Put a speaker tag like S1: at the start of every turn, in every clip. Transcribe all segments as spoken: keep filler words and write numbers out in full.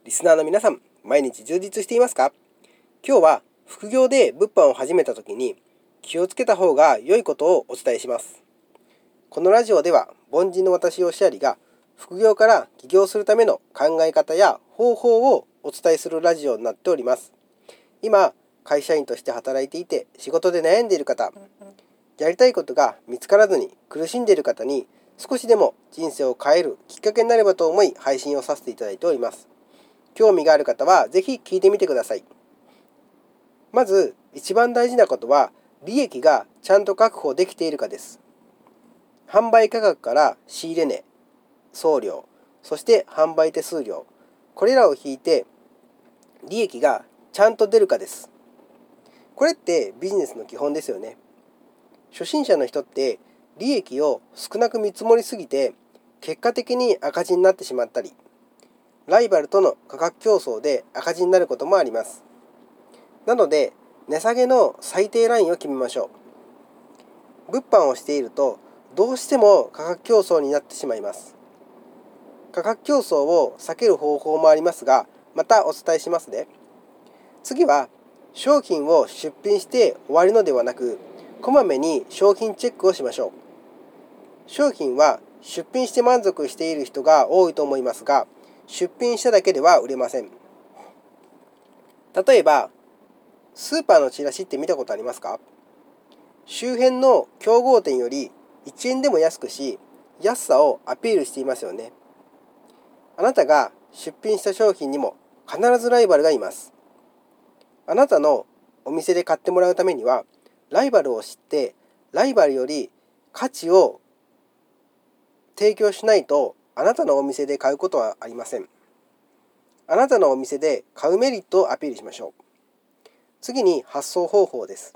S1: リスナーの皆さん、毎日充実していますか？今日は副業で物販を始めた時に気をつけた方が良いことをお伝えします。このラジオでは凡人の私をシアリが副業から起業するための考え方や方法をお伝えするラジオになっております。今、会社員として働いていて仕事で悩んでいる方、やりたいことが見つからずに苦しんでいる方に少しでも人生を変えるきっかけになればと思い配信をさせていただいております。興味がある方はぜひ聞いてみてください。まず一番大事なことは利益がちゃんと確保できているかです。販売価格から仕入れ値、送料、そして販売手数料、これらを引いて利益がちゃんと出るかです。これってビジネスの基本ですよね。初心者の人って利益を少なく見積もりすぎて結果的に赤字になってしまったり、ライバルとの価格競争で赤字になることもあります。なので値下げの最低ラインを決めましょう。物販をしているとどうしても価格競争になってしまいます。価格競争を避ける方法もありますが、またお伝えしますね。次は商品を出品して終わりのではなく、こまめに商品チェックをしましょう。商品は出品して満足している人が多いと思いますが、出品しただけでは売れません。例えばスーパーのチラシって見たことありますか？周辺の競合店よりいちえんでも安くし、安さをアピールしていますよね。あなたが出品した商品にも必ずライバルがいます。あなたのお店で買ってもらうためには、ライバルを知ってライバルより価値を提供しないとあなたのお店で買うことはありません。あなたのお店で買うメリットをアピールしましょう。次に発送方法です。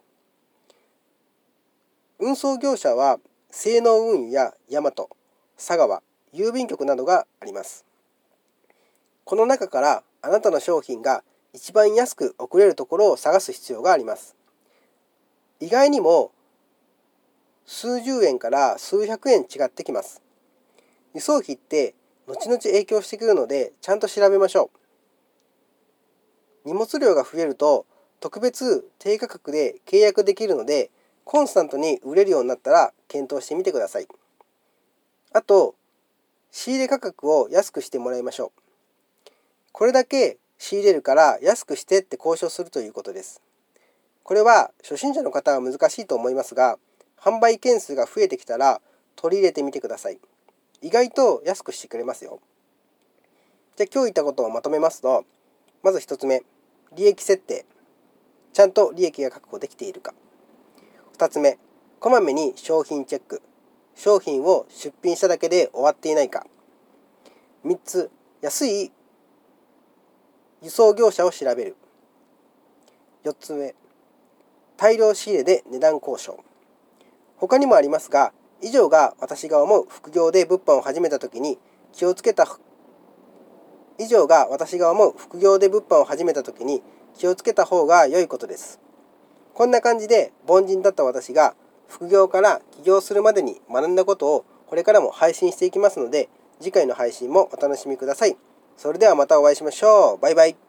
S1: 運送業者は西濃運輸や大和、佐川、郵便局などがあります。この中からあなたの商品が一番安く送れるところを探す必要があります。意外にも数十円から数百円違ってきます。輸送費って後々影響してくるのでちゃんと調べましょう。荷物量が増えると特別低価格で契約できるので、コンスタントに売れるようになったら検討してみてください。あと、仕入れ価格を安くしてもらいましょう。これだけ仕入れるから安くしてって交渉するということです。これは初心者の方は難しいと思いますが、販売件数が増えてきたら取り入れてみてください。意外と安くしてくれますよ。じゃあ今日言ったことをまとめますと、まずひとつめ、利益設定。ちゃんと利益が確保できているか。ふたつめ、こまめに商品チェック。商品を出品しただけで終わっていないか。みっつ、安い輸送業者を調べる。よっつめ、大量仕入れで値段交渉。他にもありますが、以上が私が思う副業で物販を始めた時に気をつけた以上が私が思う副業で物販を始めた時に気をつけた方が良いことです。こんな感じで凡人だった私が副業から起業するまでに学んだことをこれからも配信していきますので、次回の配信もお楽しみください。それではまたお会いしましょう。バイバイ。